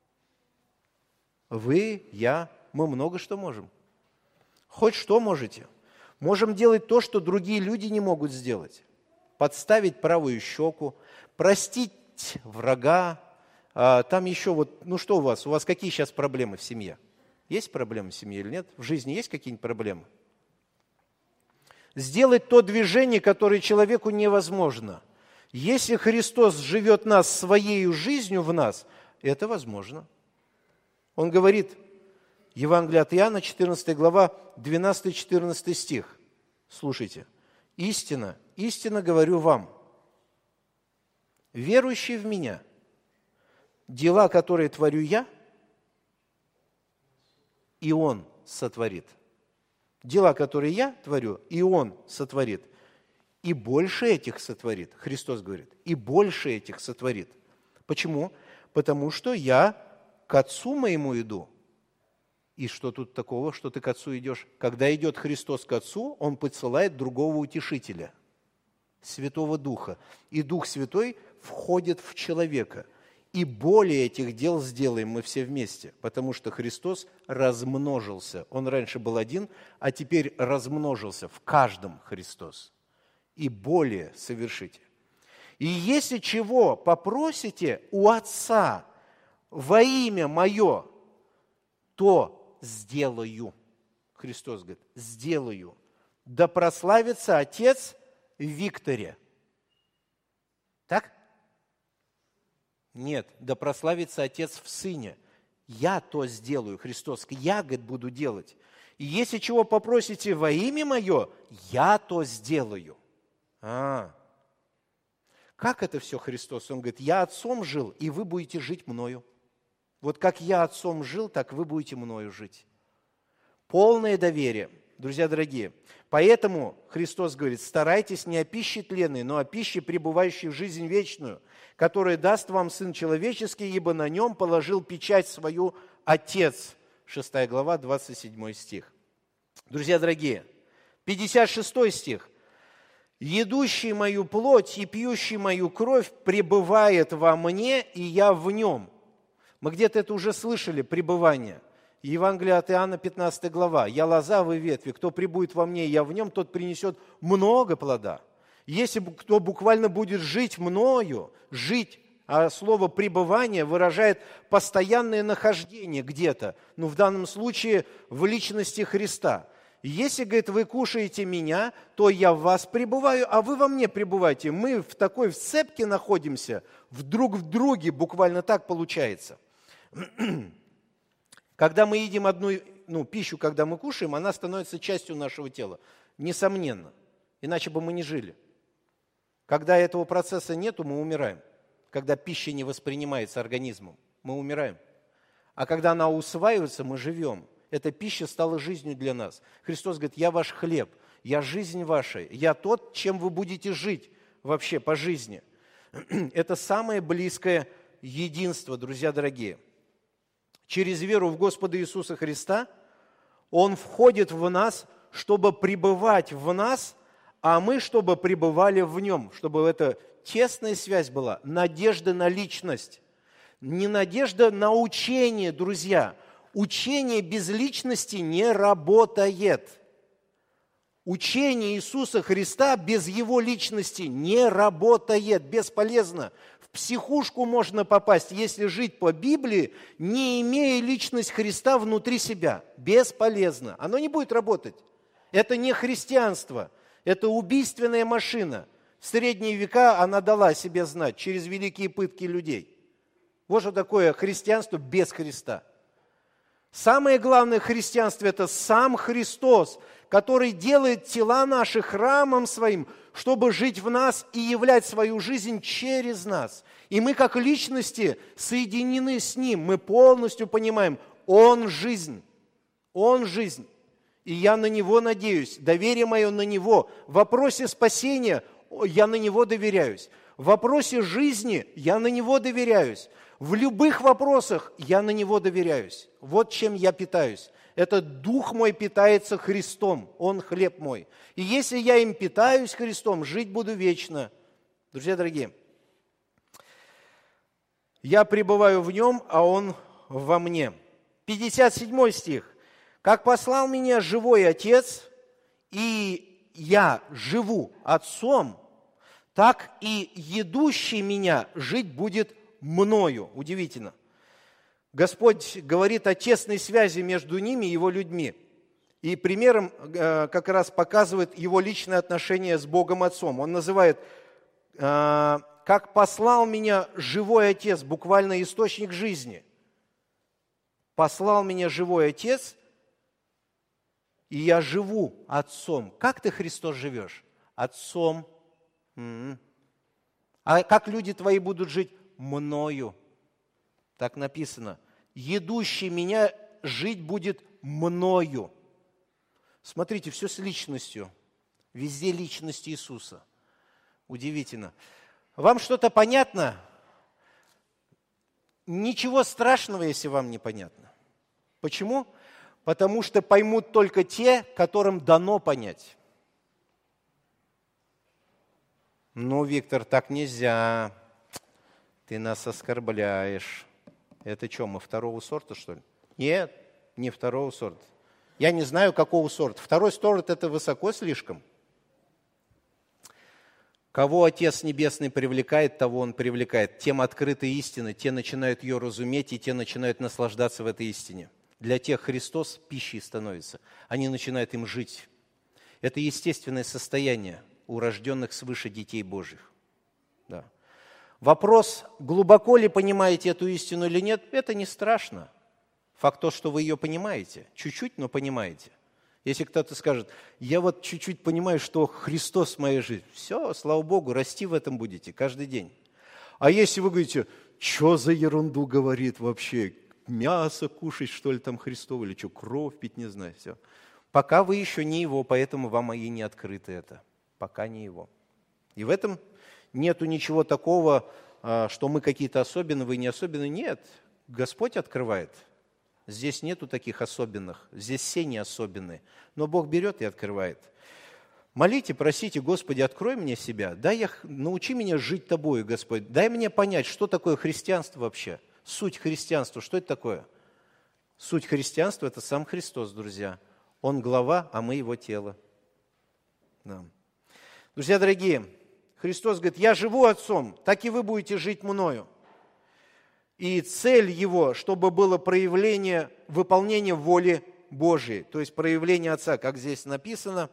Вы, я, мы много что можем. Хоть что можете. Можем делать то, что другие люди не могут сделать. Подставить правую щеку, простить врага, А там еще вот, ну что у вас? У вас какие сейчас проблемы в семье? Есть проблемы в семье или нет? В жизни есть какие-нибудь проблемы? Сделать то движение, которое человеку невозможно. Если Христос живет нас своей жизнью в нас, это возможно. Он говорит, Евангелие от Иоанна, четырнадцатая глава, двенадцатый-четырнадцатый стих. Слушайте. «Истина, истинно говорю вам, верующий в Меня, дела, которые творю Я, и Он сотворит». Дела, которые Я творю, и Он сотворит. И больше этих сотворит. Христос говорит, и больше этих сотворит. Почему? Потому что Я к Отцу Моему иду. И что тут такого, что ты к Отцу идешь? Когда идет Христос к Отцу, Он посылает другого утешителя, Святого Духа. И Дух Святой входит в человека. И более этих дел сделаем мы все вместе, потому что Христос размножился. Он раньше был один, а теперь размножился в каждом Христос. И более совершите. И если чего попросите у Отца во имя Мое, то сделаю. Христос говорит, сделаю. Да прославится Отец в Викторе. Так? Нет, да прославится Отец в Сыне. Я то сделаю, Христос, я, говорит, буду делать. И если чего попросите во имя Мое, я то сделаю. А, как это все Христос? Он говорит, я Отцом жил, и вы будете жить Мною. Вот как я Отцом жил, так вы будете Мною жить. Полное доверие, друзья дорогие. Поэтому Христос говорит, старайтесь не о пище тленной, но о пище, пребывающей в жизнь вечную, которую даст вам Сын Человеческий, ибо на Нем положил печать свою Отец. шестая глава, двадцать седьмой стих. Друзья дорогие, пятьдесят шестой стих. «Едущий мою плоть и пьющий мою кровь пребывает во мне, и я в нем». Мы где-то это уже слышали, пребывание. Евангелие от Иоанна, пятнадцатая глава. «Я лоза, вы ветви, кто пребудет во мне, я в нем, тот принесет много плода». Если кто буквально будет жить мною, жить, а слово «пребывание» выражает постоянное нахождение где-то, ну, в данном случае в личности Христа. Если, говорит, вы кушаете меня, то я в вас пребываю, а вы во мне пребываете. Мы в такой вцепке находимся, в друг в друге, буквально так получается. Когда мы едим одну ну, пищу, когда мы кушаем, она становится частью нашего тела. Несомненно. Иначе бы мы не жили. Когда этого процесса нету, мы умираем. Когда пища не воспринимается организмом, мы умираем. А когда она усваивается, мы живем. Эта пища стала жизнью для нас. Христос говорит, я ваш хлеб, я жизнь ваша, я тот, чем вы будете жить вообще по жизни. Это самое близкое единство, друзья дорогие. Через веру в Господа Иисуса Христа Он входит в нас, чтобы пребывать в нас, а мы, чтобы пребывали в Нем, чтобы эта тесная связь была, надежда на личность. Не надежда на учение, друзья. Учение без личности не работает. Учение Иисуса Христа без Его личности не работает, бесполезно. В психушку можно попасть, если жить по Библии, не имея личность Христа внутри себя. Бесполезно. Оно не будет работать. Это не христианство, это убийственная машина. В средние века она дала себе знать через великие пытки людей. Вот что такое христианство без Христа. Самое главное в христианстве – это сам Христос, который делает тела наши храмом своим, чтобы жить в нас и являть свою жизнь через нас. И мы, как личности, соединены с Ним. Мы полностью понимаем, Он – жизнь. Он – жизнь. И я на Него надеюсь, доверие мое на Него. В вопросе спасения я на Него доверяюсь. В вопросе жизни я на Него доверяюсь. В любых вопросах я на Него доверяюсь. Вот чем я питаюсь. Это дух мой питается Христом. Он хлеб мой. И если я им питаюсь Христом, жить буду вечно. Друзья дорогие, я пребываю в Нем, а Он во мне. пятьдесят седьмой стих. «Как послал меня живой Отец, и я живу Отцом, так и едущий меня жить будет мною. Удивительно. Господь говорит о тесной связи между ними и Его людьми. И примером как раз показывает Его личное отношение с Богом Отцом. Он называет, как послал меня живой Отец, буквально источник жизни. Послал меня живой Отец, и я живу Отцом. Как ты, Христос, живешь? Отцом. А как люди твои будут жить? Мною. Так написано. Едущий меня жить будет мною. Смотрите, все с личностью. Везде личность Иисуса. Удивительно. Вам что-то понятно? Ничего страшного, если вам не понятно. Почему? Потому что поймут только те, которым дано понять. Ну, Виктор, так нельзя. Ты нас оскорбляешь. Это что, мы второго сорта, что ли? Нет, не второго сорта. Я не знаю, какого сорта. Второй сорт – это высоко слишком. Кого Отец Небесный привлекает, того Он привлекает. Тем открыты истины, те начинают ее разуметь, и те начинают наслаждаться в этой истине. Для тех Христос пищей становится. Они начинают им жить. Это естественное состояние у рожденных свыше детей Божьих. Да. Вопрос, глубоко ли понимаете эту истину или нет, это не страшно. Факт то, что вы ее понимаете. Чуть-чуть, но понимаете. Если кто-то скажет, я вот чуть-чуть понимаю, что Христос в моей жизни. Все, слава Богу, расти в этом будете каждый день. А если вы говорите, что за ерунду говорит вообще, мясо кушать, что ли, там Христово, или что, кровь пить, не знаю, все. Пока вы еще не Его, поэтому вам и не открыто это. Пока не Его. И в этом нету ничего такого, что мы какие-то особенные, вы не особенные. Нет, Господь открывает. Здесь нету таких особенных, здесь все не особенные. Но Бог берет и открывает. Молите, просите, Господи, открой мне себя, дай я, научи меня жить Тобою, Господь. Дай мне понять, что такое христианство вообще, суть христианства, что это такое? Суть христианства – это сам Христос, друзья. Он глава, а мы Его тело. Да. Друзья дорогие, Христос говорит, я живу Отцом, так и вы будете жить мною. И цель Его, чтобы было проявление, выполнение воли Божией, то есть проявление Отца, как здесь написано,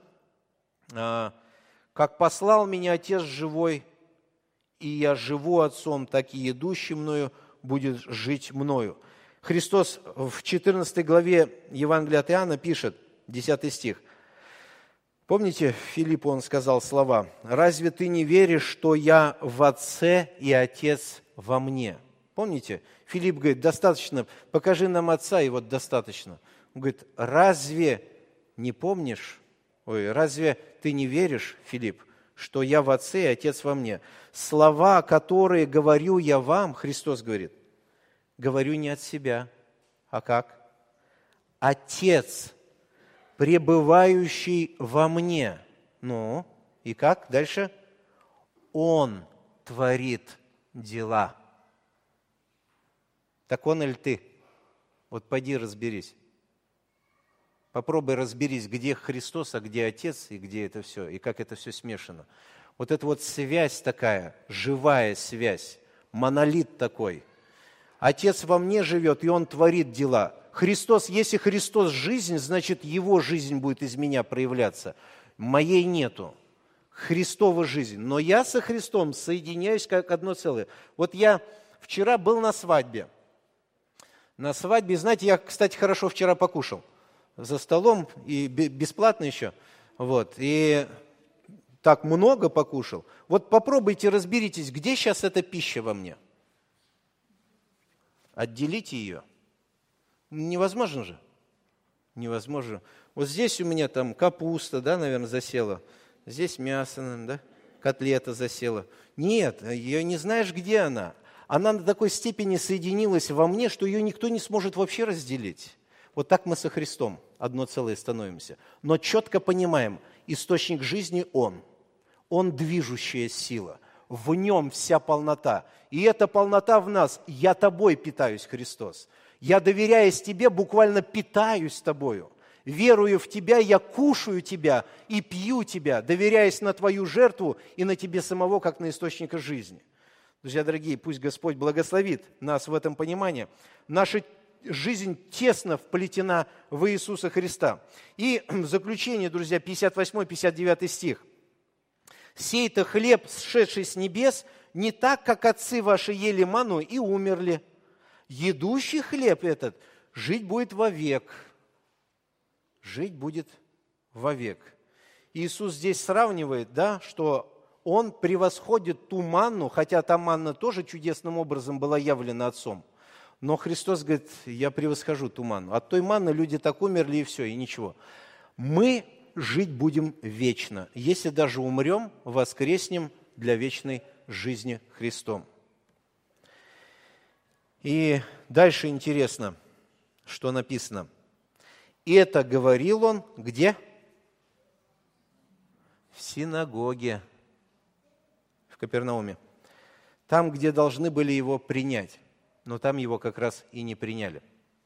как послал меня Отец живой, и я живу Отцом, так и идущий мною будет жить мною. Христос в четырнадцатой главе Евангелия от Иоанна пишет, десятый стих. Помните, Филиппу он сказал слова, «Разве ты не веришь, что я в Отце и Отец во мне?» Помните, Филипп говорит, достаточно, покажи нам Отца, и вот достаточно. Он говорит, разве не помнишь, ой, разве ты не веришь, Филипп, что я в Отце и Отец во мне? Слова, которые говорю я вам, Христос говорит, говорю не от себя, а как? Отец, пребывающий во мне. Ну, и как дальше? Он творит дела. Так он или ты? Вот пойди разберись. Попробуй разберись, где Христос, а где Отец, и где это все, и как это все смешано. Вот эта вот связь такая, живая связь, монолит такой. Отец во мне живет, и Он творит дела. Христос, если Христос жизнь, значит Его жизнь будет из меня проявляться. Моей нету. Христова жизнь. Но я со Христом соединяюсь как одно целое. Вот я вчера был на свадьбе. На свадьбе, знаете, я, кстати, хорошо вчера покушал. За столом и бесплатно еще. Вот. И так много покушал. Вот попробуйте, разберитесь, где сейчас эта пища во мне. Отделите ее. Невозможно же. Невозможно. Вот здесь у меня там капуста, да, наверное, засела. Здесь мясо, наверное, да, котлета засела. Нет, ее не знаешь, где она. Она до такой степени соединилась во мне, что ее никто не сможет вообще разделить. Вот так мы со Христом одно целое становимся. Но четко понимаем, источник жизни Он. Он движущая сила. В Нем вся полнота. И эта полнота в нас. Я Тобой питаюсь, Христос. Я, доверяясь Тебе, буквально питаюсь Тобою. Верую в Тебя, я кушаю Тебя и пью Тебя, доверяясь на Твою жертву и на Тебе самого, как на источника жизни. Друзья дорогие, пусть Господь благословит нас в этом понимании. Наша жизнь тесно вплетена в Иисуса Христа. И в заключение, друзья, пятьдесят восьмой — пятьдесят девятый стих. «Сей-то хлеб, сшедший с небес, не так, как отцы ваши ели ману и умерли. Едущий хлеб этот жить будет вовек». Жить будет вовек. Иисус здесь сравнивает, да, что Он превосходит ту манну, хотя та манна тоже чудесным образом была явлена Отцом. Но Христос говорит, я превосхожу ту манну. От той манны люди так умерли, и все, и ничего. Мы жить будем вечно. Если даже умрем, воскреснем для вечной жизни Христом. И дальше интересно, что написано. И это говорил Он где? В синагоге в Капернауме. Там, где должны были Его принять. Но там Его как раз и не приняли.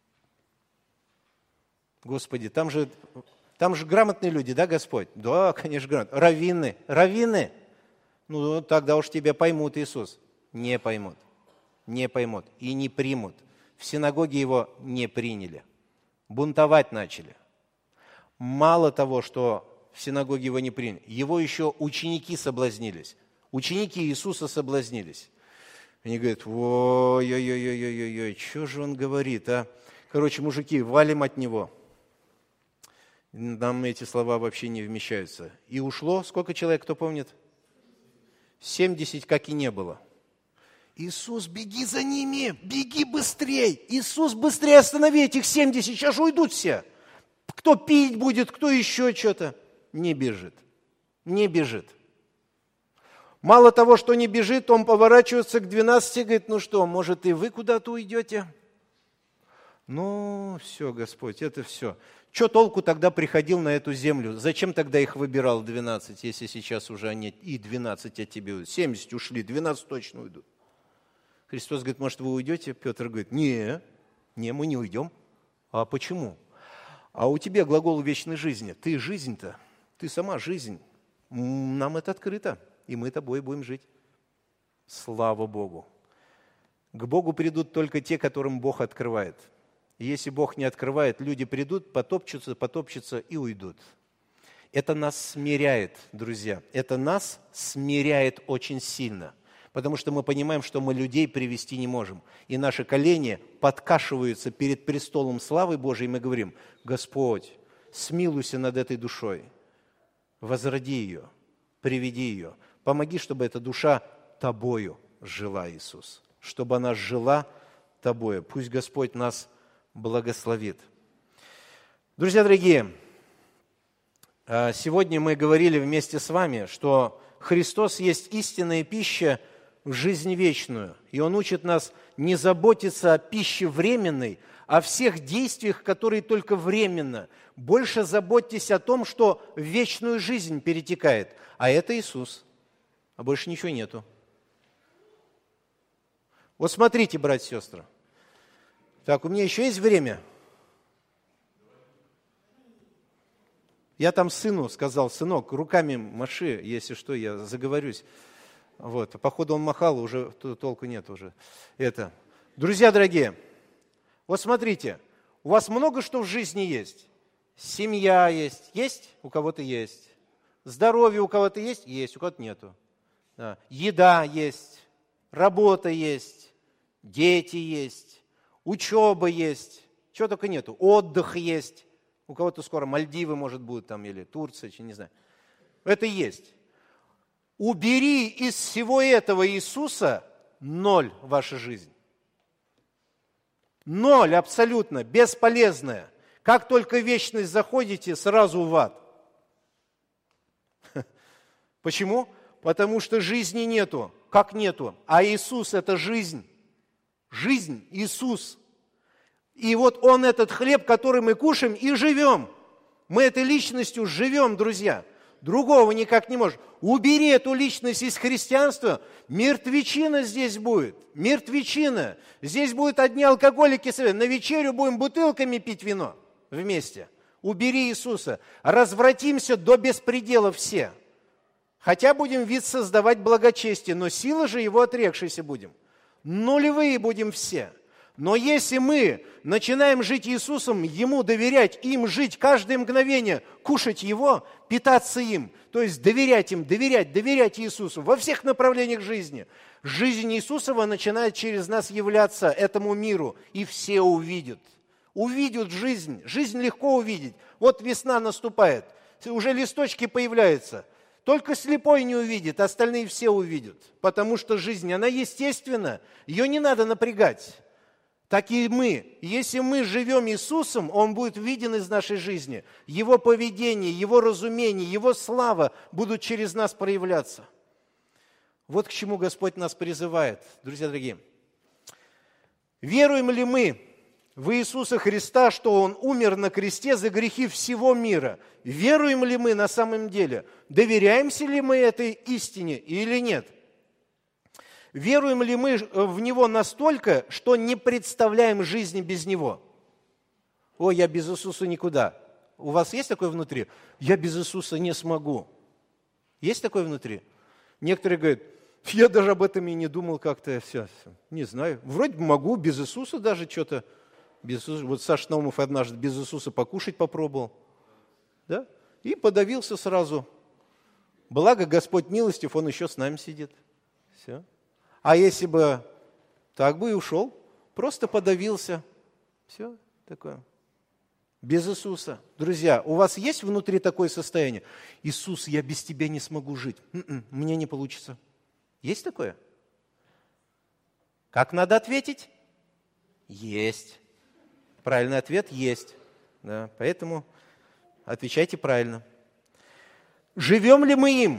Господи, там же, там же грамотные люди, да, Господь? Да, конечно, грамотные. Раввины, раввины. Ну, тогда уж тебя поймут, Иисус. Не поймут. Не поймут. И не примут. В синагоге Его не приняли. Бунтовать начали. Мало того, что в синагоге Его не приняли, Его еще ученики соблазнились. Ученики Иисуса соблазнились. Они говорят, ой-ой-ой-ой-ой-ой, что же Он говорит, а? Короче, мужики, валим от Него. Нам эти слова вообще не вмещаются. И ушло, сколько человек, кто помнит? семьдесят, как и не было. Иисус, беги за ними, беги быстрей. Иисус, быстрее останови этих семьдесят, сейчас же уйдут все. Кто пить будет, кто еще что-то. Не бежит, не бежит. Мало того, что не бежит, он поворачивается к двенадцати и говорит, ну что, может, и вы куда-то уйдете? Ну, все, Господь, это все. Что толку тогда приходил на эту землю? Зачем тогда их выбирал двенадцать, если сейчас уже они и двенадцать от тебя уйдут? семьдесят ушли, двенадцать точно уйдут. Христос говорит, может, вы уйдете? Петр говорит, не, не, мы не уйдем. А почему? А у тебя глагол вечной жизни. Ты жизнь-то, ты сама жизнь. Нам это открыто, и мы тобой будем жить. Слава Богу. К Богу придут только те, которым Бог открывает. И если Бог не открывает, люди придут, потопчутся, потопчутся и уйдут. Это нас смиряет, друзья. Это нас смиряет очень сильно. Потому что мы понимаем, что мы людей привести не можем. И наши колени подкашиваются перед престолом славы Божией, и мы говорим, Господь, смилуйся над этой душой, возроди ее, приведи ее. Помоги, чтобы эта душа Тобою жила, Иисус. Чтобы она жила Тобою. Пусть Господь нас благословит. Друзья дорогие, сегодня мы говорили вместе с вами, что Христос есть истинная пища в жизнь вечную. И Он учит нас не заботиться о пище временной, о всех действиях, которые только временно. Больше заботьтесь о том, что в вечную жизнь перетекает. А это Иисус. А больше ничего нету. Вот смотрите, братья и сестры. Так, у меня еще есть время? Я там сыну сказал, сынок, руками маши, если что, я заговорюсь. Вот, походу он махал, уже толку нет уже. Это. Друзья дорогие, вот смотрите, у вас много что в жизни есть. Семья есть, есть? У кого-то есть. Здоровье у кого-то есть? Есть, у кого-то нету. Да. Еда есть, работа есть, дети есть, учеба есть, чего только нету. Отдых есть. У кого-то скоро Мальдивы, может, будут там, или Турция, не знаю. Это есть. Убери из всего этого Иисуса ноль ваша жизнь. Ноль абсолютно, бесполезная. Как только в вечность заходите, сразу в ад. Почему? Потому что жизни нету. Как нету? А Иисус – это жизнь. Жизнь, Иисус. И вот Он этот хлеб, который мы кушаем, и живем. Мы этой личностью живем, друзья. Другого никак не можем. Убери эту личность из христианства, мертвечина здесь будет. Мертвечина. Здесь будут одни алкоголики. На вечерю будем бутылками пить вино вместе. Убери Иисуса. Развратимся до беспредела все. Хотя будем вид создавать благочестие, но силы же его отрекшиеся будем. Нулевые будем все. Но если мы начинаем жить Иисусом, Ему доверять, им жить каждое мгновение, кушать Его, питаться им, то есть доверять им, доверять, доверять Иисусу во всех направлениях жизни, жизнь Иисусова начинает через нас являться этому миру, и все увидят. Увидят жизнь, жизнь легко увидеть. Вот весна наступает, уже листочки появляются. Только слепой не увидит, остальные все увидят, потому что жизнь, она естественна, ее не надо напрягать. Так и мы. Если мы живем Иисусом, Он будет виден из нашей жизни. Его поведение, Его разумение, Его слава будут через нас проявляться. Вот к чему Господь нас призывает, друзья дорогие. Веруем ли мы в Иисуса Христа, что Он умер на кресте за грехи всего мира? Веруем ли мы на самом деле? Доверяемся ли мы этой истине или нет? Веруем ли мы в Него настолько, что не представляем жизни без Него? О, я без Иисуса никуда. У вас есть такое внутри? Я без Иисуса не смогу. Есть такое внутри? Некоторые говорят, я даже об этом и не думал как-то, все, все. Не знаю. Вроде бы могу, без Иисуса даже что-то. Без Иисуса. Вот Саша Наумов однажды без Иисуса покушать попробовал. Да? И подавился сразу. Благо Господь милостив, Он еще с нами сидит. Все. А если бы так бы и ушел, просто подавился. Все такое. Без Иисуса. Друзья, у вас есть внутри такое состояние? Иисус, я без Тебя не смогу жить. М-м, мне не получится. Есть такое? Как надо ответить? Есть. Правильный ответ – есть. Да, поэтому отвечайте правильно. Живем ли мы им?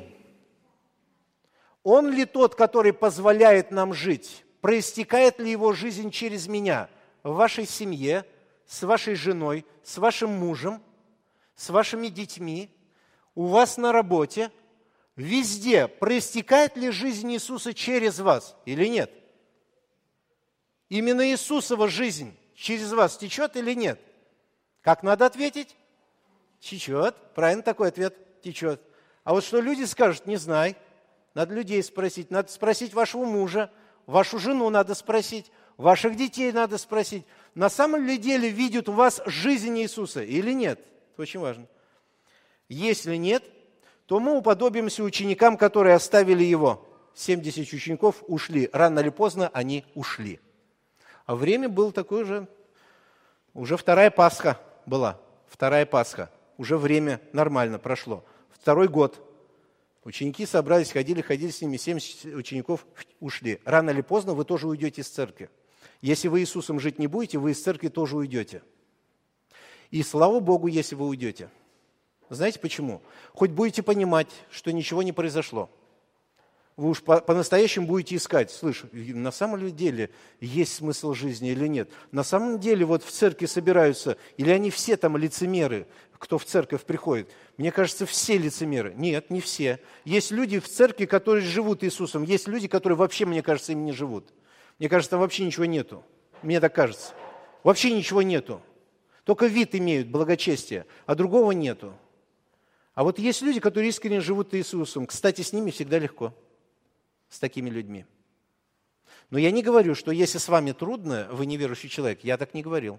Он ли тот, который позволяет нам жить? Проистекает ли его жизнь через меня? В вашей семье, с вашей женой, с вашим мужем, с вашими детьми, у вас на работе, везде проистекает ли жизнь Иисуса через вас или нет? Именно Иисусова жизнь через вас течет или нет? Как надо ответить? Течет. Правильно такой ответ. Течет. А вот что люди скажут, не знаю. Надо людей спросить, надо спросить вашего мужа, вашу жену надо спросить, ваших детей надо спросить. На самом ли деле видят у вас жизнь Иисуса или нет? Это очень важно. Если нет, то мы уподобимся ученикам, которые оставили Его. семьдесят учеников ушли. Рано или поздно они ушли. А время было такое же, уже вторая Пасха была. Вторая Пасха. Уже время нормально прошло. Второй год. Ученики собрались, ходили, ходили с ними, семьдесят учеников ушли. Рано или поздно вы тоже уйдете из церкви. Если вы Иисусом жить не будете, вы из церкви тоже уйдете. И слава Богу, если вы уйдете. Знаете почему? Хоть будете понимать, что ничего не произошло. Вы уж по- по-настоящему будете искать, слышь, на самом деле есть смысл жизни или нет? На самом деле вот в церкви собираются, или они все там лицемеры, кто в церковь приходит? Мне кажется, все лицемеры. Нет, не все. Есть люди в церкви, которые живут Иисусом, есть люди, которые вообще, мне кажется, им не живут. Мне кажется, вообще ничего нету. Мне так кажется. Вообще ничего нету. Только вид имеют, благочестие, а другого нету. А вот есть люди, которые искренне живут Иисусом. Кстати, с ними всегда легко. С такими людьми. Но я не говорю, что если с вами трудно, вы неверующий человек. Я так не говорил.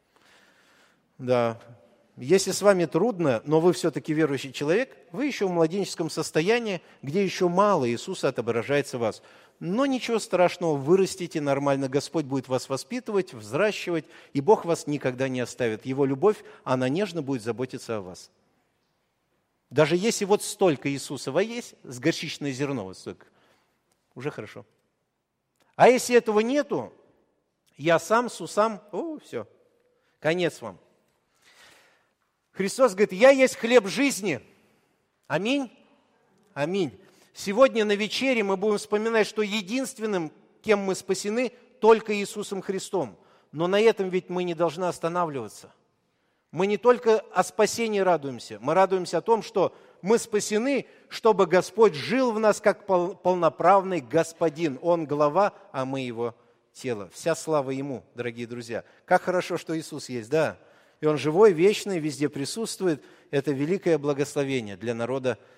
Да. Если с вами трудно, но вы все-таки верующий человек, вы еще в младенческом состоянии, где еще мало Иисуса отображается в вас. Но ничего страшного, вырастите нормально. Господь будет вас воспитывать, взращивать, и Бог вас никогда не оставит. Его любовь, она нежно будет заботиться о вас. Даже если вот столько Иисусова есть, с горчичное зерно вот столько, уже хорошо. А если этого нету, я сам, сусам, о, все, конец вам. Христос говорит, я есть хлеб жизни. Аминь? Аминь. Сегодня на вечере мы будем вспоминать, что единственным, кем мы спасены, только Иисусом Христом. Но на этом ведь мы не должны останавливаться. Мы не только о спасении радуемся, мы радуемся о том, что мы спасены, чтобы Господь жил в нас как полноправный Господин. Он глава, а мы Его тело. Вся слава Ему, дорогие друзья. Как хорошо, что Иисус есть, да. И Он живой, вечный, везде присутствует. Это великое благословение для народа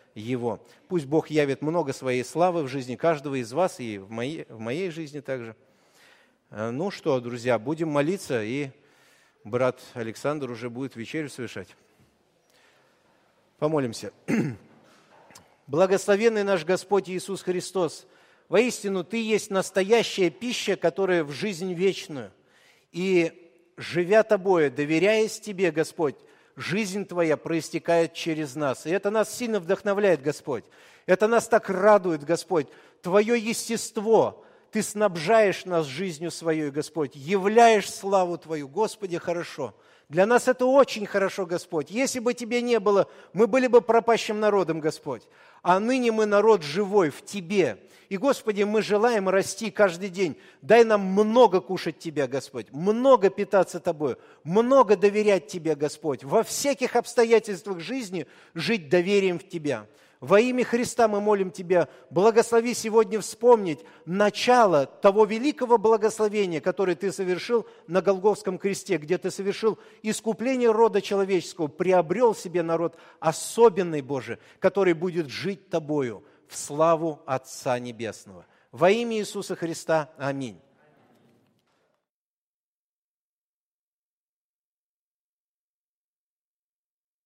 Его. Пусть Бог явит много своей славы в жизни каждого из вас и в моей, в моей жизни также. Ну что, друзья, будем молиться, и брат Александр уже будет вечерю совершать. Помолимся. Благословенный наш Господь Иисус Христос, воистину Ты есть настоящая пища, которая в жизнь вечную. И, живя Тобою, доверяясь Тебе, Господь, жизнь Твоя проистекает через нас. И это нас сильно вдохновляет, Господь. Это нас так радует, Господь. Твое естество, Ты снабжаешь нас жизнью Своей, Господь. Являешь славу Твою. Господи, хорошо. Для нас это очень хорошо, Господь. Если бы Тебе не было, мы были бы пропащим народом, Господь. А ныне мы народ живой в Тебе. И, Господи, мы желаем расти каждый день. Дай нам много кушать Тебя, Господь, много питаться Тобою, много доверять Тебе, Господь. Во всяких обстоятельствах жизни жить доверием в Тебя. Во имя Христа мы молим Тебя, благослови сегодня вспомнить начало того великого благословения, которое Ты совершил на Голгофском кресте, где Ты совершил искупление рода человеческого, приобрел себе народ особенный, Боже, который будет жить Тобою в славу Отца Небесного. Во имя Иисуса Христа. Аминь.